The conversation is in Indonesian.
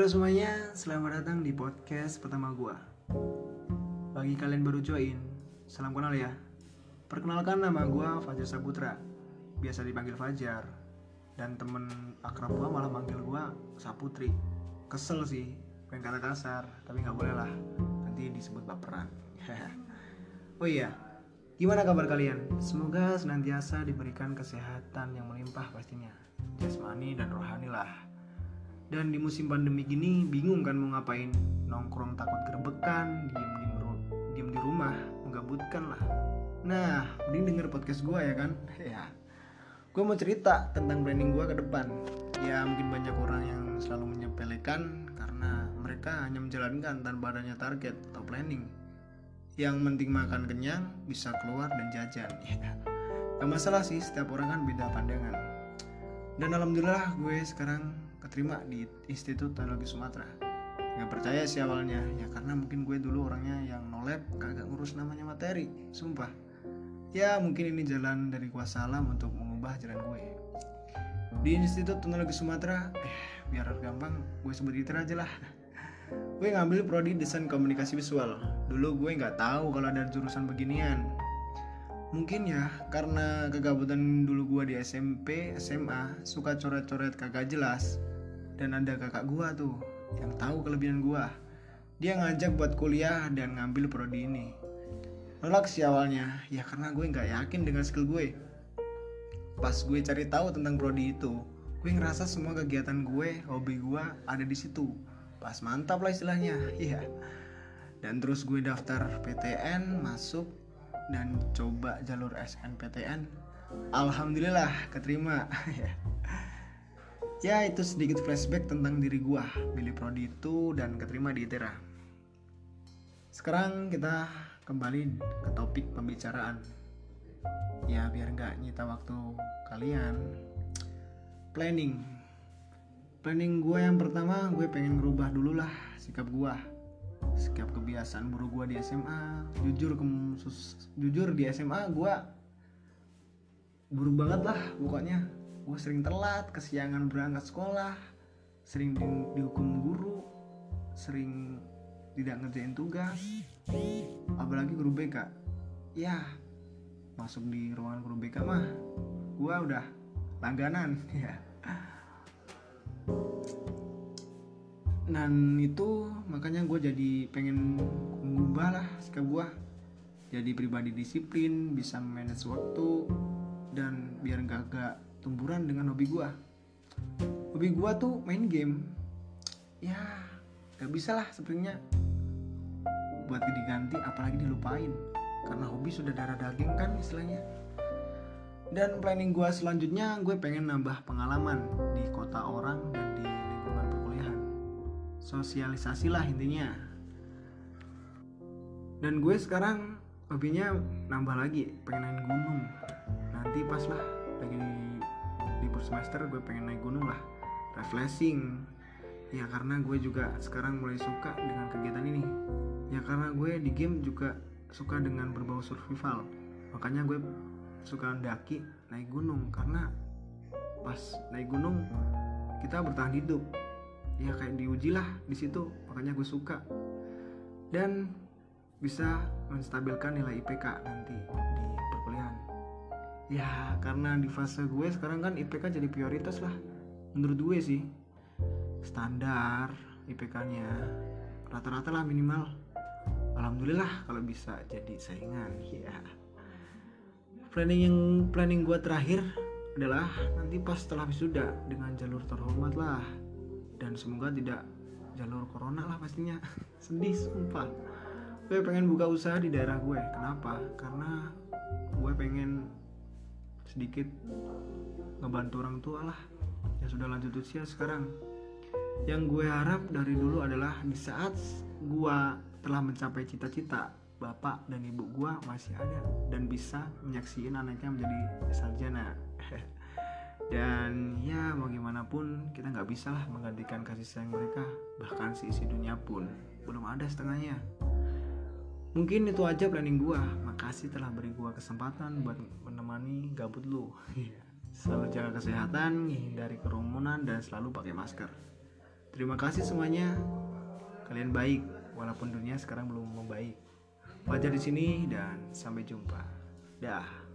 semuanya, selamat datang di podcast pertama gua. Bagi kalian baru join, salam kenal ya. Perkenalkan, nama gua Fajar Saputra, biasa dipanggil Fajar. Dan temen akrab gua malah manggil gua Saputri. Kesel sih, pengen kata kasar, tapi gak boleh lah, nanti disebut baperan. Oh iya, gimana kabar kalian? Semoga senantiasa diberikan kesehatan yang melimpah pastinya, jasmani dan rohani lah. Dan di musim pandemi gini bingung kan mau ngapain, nongkrong takut gerbekan, diem di rumah, menggabutkan lah. Nah, mending denger podcast gue ya kan. Ya, gue mau cerita tentang planning gue ke depan. Ya mungkin banyak orang yang selalu menyepelekan karena mereka hanya menjalankan tanpa adanya target atau planning. Yang penting makan kenyang, bisa keluar dan jajan. Ya, gak masalah sih, setiap orang kan beda pandangan. Dan alhamdulillah gue sekarang keterima di Institut Teknologi Sumatera. Gak percaya sih awalnya, ya karena mungkin gue dulu orangnya yang no-lab, kagak ngurus namanya materi, sumpah. Ya mungkin ini jalan dari kuasa alam untuk mengubah jalan gue. Di Institut Teknologi Sumatera, biar gampang gue sebut itu aja lah. Gue ngambil prodi desain komunikasi visual. Dulu gue gak tahu kalau ada jurusan beginian. Mungkin ya karena kegabutan dulu gua di SMP, SMA, suka coret-coret kagak jelas. Dan ada kakak gua tuh yang tahu kelebihan gua. Dia ngajak buat kuliah dan ngambil prodi ini. Nolak sih awalnya, ya karena gue nggak yakin dengan skill gue. Pas gue cari tahu tentang prodi itu, gue ngerasa semua kegiatan gue, hobi gue ada di situ. Pas mantap lah istilahnya, iya. Dan terus gue daftar PTN, masuk dan coba jalur SNPTN. Alhamdulillah keterima. Ya itu sedikit flashback tentang diri gua, pilih prodi itu dan keterima di ITERA. Sekarang kita kembali ke topik pembicaraan. Ya biar gak nyita waktu kalian. Planning gua yang pertama, gue pengen ngerubah dulu lah sikap gua, sikap kebiasaan buruk gue di SMA. Jujur di SMA gue buruk banget lah pokoknya. Gue sering telat, kesiangan berangkat sekolah, sering dihukum guru, sering tidak ngerjain tugas, apalagi guru BK. Ya masuk di ruangan guru BK mah gue udah langganan ya. Dan itu makanya gue jadi pengen mengubah lah sikap gue, jadi pribadi disiplin, bisa manage waktu, dan biar gak tumburan dengan hobi gue. Hobi gue tuh main game. Ya gak bisa lah sebenarnya buat diganti apalagi dilupain, karena hobi sudah darah daging kan istilahnya. Dan planning gue selanjutnya, gue pengen nambah pengalaman di kota orang dan di lingkungan perkuliahan. Sosialisasi lah intinya. Dan gue sekarang hobinya nambah lagi, pengen naik gunung. Nanti pas lah lagi libur semester gue pengen naik gunung lah, refreshing. Ya karena gue juga sekarang mulai suka dengan kegiatan ini. Ya karena gue di game juga suka dengan berbau survival. Makanya gue suka mendaki, naik gunung, karena pas naik gunung kita bertahan hidup. Ya kayak diuji lah di situ, makanya gue suka. Dan bisa menstabilkan nilai IPK nanti di perkuliahan. Ya karena di fase gue sekarang kan IPK jadi prioritas lah. Menurut gue sih standar IPK-nya rata-rata lah minimal. Alhamdulillah kalau bisa jadi saingan. Ya. Planning gue terakhir adalah nanti pas setelah wisuda dengan jalur terhormat lah. Dan semoga tidak jalur corona lah pastinya. Sedih sumpah. Gue pengen buka usaha di daerah gue. Kenapa? Karena gue pengen sedikit ngebantu orang tua lah yang sudah lanjut usia sekarang. Yang gue harap dari dulu adalah di saat gue telah mencapai cita-cita, bapak dan ibu gue masih ada dan bisa menyaksikan anaknya menjadi sarjana. Dan ya mau gimana pun kita gak bisa lah menggantikan kasih sayang mereka. Bahkan seisi dunia pun belum ada setengahnya. Mungkin itu aja planning gue. Makasih telah beri gue kesempatan buat menemani gabut lu. Selalu jaga kesehatan, hindari kerumunan, dan selalu pakai masker. Terima kasih semuanya. Kalian baik walaupun dunia sekarang belum membaik. Fajar di sini dan sampai jumpa. Dah.